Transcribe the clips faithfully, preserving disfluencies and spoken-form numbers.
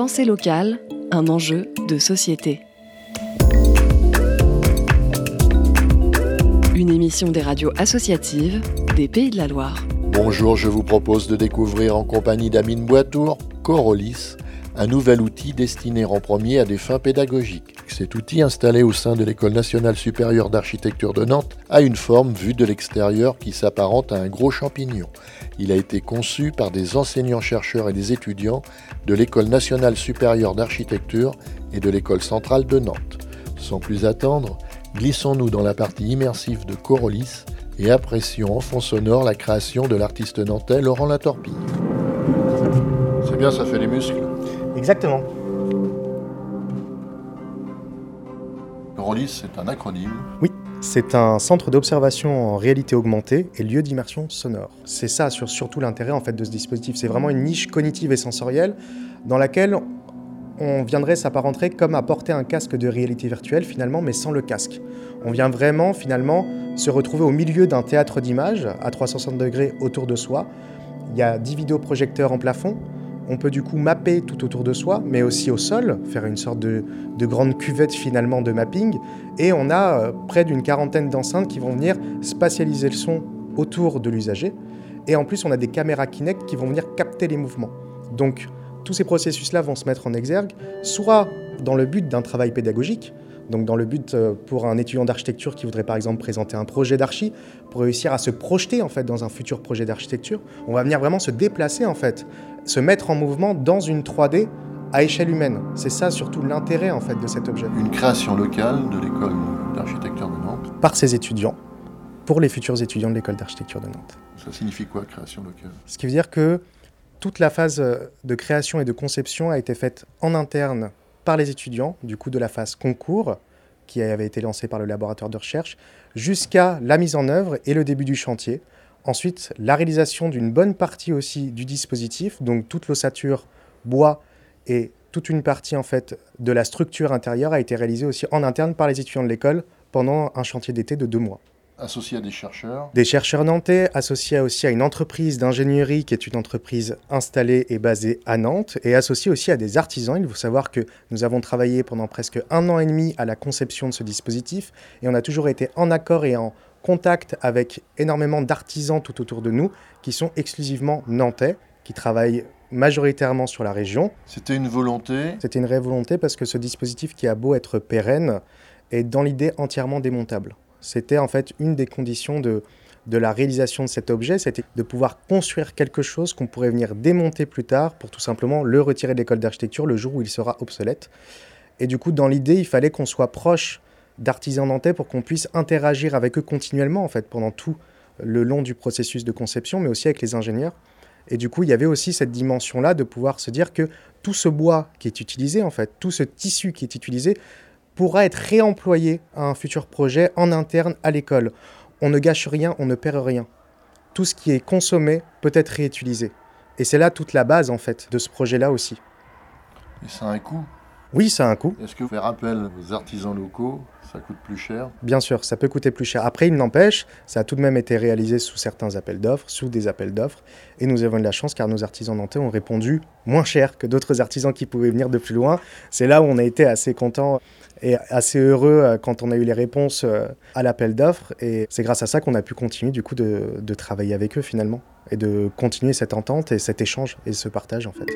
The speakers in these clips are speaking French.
Pensée locale, un enjeu de société. Une émission des radios associatives des Pays de la Loire. Bonjour, je vous propose de découvrir en compagnie d'Amine Boitour, Corolis, un nouvel outil destiné en premier à des fins pédagogiques. Cet outil, installé au sein de l'École nationale supérieure d'architecture de Nantes, a une forme vue de l'extérieur qui s'apparente à un gros champignon. Il a été conçu par des enseignants-chercheurs et des étudiants de l'École nationale supérieure d'architecture et de l'École centrale de Nantes. Sans plus attendre, glissons-nous dans la partie immersive de Corolis et apprécions en fond sonore la création de l'artiste nantais Laurent Latorpille. C'est bien, ça fait les muscles. Exactement. Corolis, c'est un acronyme. Oui, c'est un centre d'observation en réalité augmentée et lieu d'immersion sonore. C'est ça sur, surtout l'intérêt en fait, de ce dispositif. C'est vraiment une niche cognitive et sensorielle dans laquelle on viendrait s'apparenter comme à porter un casque de réalité virtuelle finalement, mais sans le casque. On vient vraiment finalement se retrouver au milieu d'un théâtre d'images à trois cent soixante degrés autour de soi. Il y a dix vidéoprojecteurs en plafond. On peut du coup mapper tout autour de soi, mais aussi au sol, faire une sorte de, de grande cuvette finalement de mapping. Et on a euh, près d'une quarantaine d'enceintes qui vont venir spatialiser le son autour de l'usager. Et en plus, on a des caméras Kinect qui vont venir capter les mouvements. Donc, tous ces processus-là vont se mettre en exergue, soit dans le but d'un travail pédagogique, donc dans le but euh, pour un étudiant d'architecture qui voudrait par exemple présenter un projet d'archi, pour réussir à se projeter en fait dans un futur projet d'architecture, on va venir vraiment se déplacer en fait, se mettre en mouvement dans une trois D à échelle humaine. C'est ça surtout l'intérêt en fait de cet objet. Une création locale de l'école d'architecture de Nantes. Par ses étudiants, pour les futurs étudiants de l'école d'architecture de Nantes. Ça signifie quoi, création locale ? Ce qui veut dire que toute la phase de création et de conception a été faite en interne par les étudiants, du coup de la phase concours, qui avait été lancée par le laboratoire de recherche, jusqu'à la mise en œuvre et le début du chantier. Ensuite, la réalisation d'une bonne partie aussi du dispositif, donc toute l'ossature, bois et toute une partie en fait de la structure intérieure a été réalisée aussi en interne par les étudiants de l'école pendant un chantier d'été de deux mois. Associé à des chercheurs. Des chercheurs nantais, associés aussi à une entreprise d'ingénierie qui est une entreprise installée et basée à Nantes, et associés aussi à des artisans. Il faut savoir que nous avons travaillé pendant presque un an et demi à la conception de ce dispositif, et on a toujours été en accord et en contact avec énormément d'artisans tout autour de nous, qui sont exclusivement nantais, qui travaillent majoritairement sur la région. C'était une volonté. C'était une vraie volonté parce que ce dispositif qui a beau être pérenne, est dans l'idée entièrement démontable. C'était en fait une des conditions de, de la réalisation de cet objet, c'était de pouvoir construire quelque chose qu'on pourrait venir démonter plus tard pour tout simplement le retirer de l'école d'architecture le jour où il sera obsolète. Et du coup, dans l'idée, il fallait qu'on soit proche d'artisans nantais pour qu'on puisse interagir avec eux continuellement en fait, pendant tout le long du processus de conception, mais aussi avec les ingénieurs. Et du coup, il y avait aussi cette dimension-là de pouvoir se dire que tout ce bois qui est utilisé, en fait, tout ce tissu qui est utilisé, pourra être réemployé à un futur projet en interne à l'école. On ne gâche rien, on ne perd rien. Tout ce qui est consommé peut être réutilisé. Et c'est là toute la base en fait de ce projet-là aussi. Et ça a un coût ? Oui, ça a un coût. Est-ce que faire appel aux artisans locaux, ça coûte plus cher ? Bien sûr, ça peut coûter plus cher. Après, il n'empêche, ça a tout de même été réalisé sous certains appels d'offres, sous des appels d'offres. Et nous avons eu de la chance car nos artisans nantais ont répondu moins cher que d'autres artisans qui pouvaient venir de plus loin. C'est là où on a été assez contents et assez heureux quand on a eu les réponses à l'appel d'offres. Et c'est grâce à ça qu'on a pu continuer du coup de, de travailler avec eux finalement. Et de continuer cette entente et cet échange et ce partage en fait.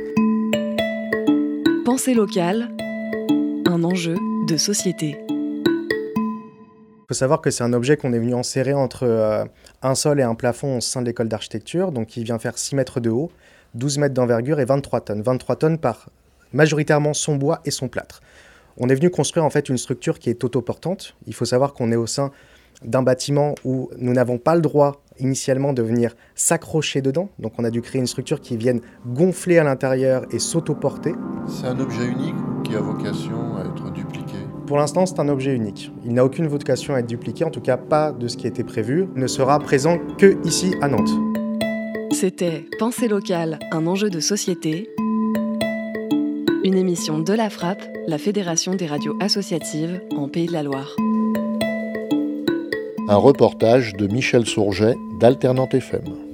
Pensée locale, un enjeu de société. Il faut savoir que c'est un objet qu'on est venu enserrer entre euh, un sol et un plafond au sein de l'école d'architecture. Donc il vient faire six mètres de haut, douze mètres d'envergure et vingt-trois tonnes. vingt-trois tonnes par majoritairement son bois et son plâtre. On est venu construire en fait une structure qui est autoportante. Il faut savoir qu'on est au sein d'un bâtiment où nous n'avons pas le droit initialement de venir s'accrocher dedans. Donc on a dû créer une structure qui vienne gonfler à l'intérieur et s'autoporter. C'est un objet unique qui a vocation à être dupliqué ? Pour l'instant, c'est un objet unique. Il n'a aucune vocation à être dupliqué, en tout cas pas de ce qui était prévu. Il ne sera présent que ici à Nantes. C'était Pensée locale, un enjeu de société. Une émission de la Frappe, la Fédération des radios associatives en Pays de la Loire. Un reportage de Michel Sourget d'Alternante F M.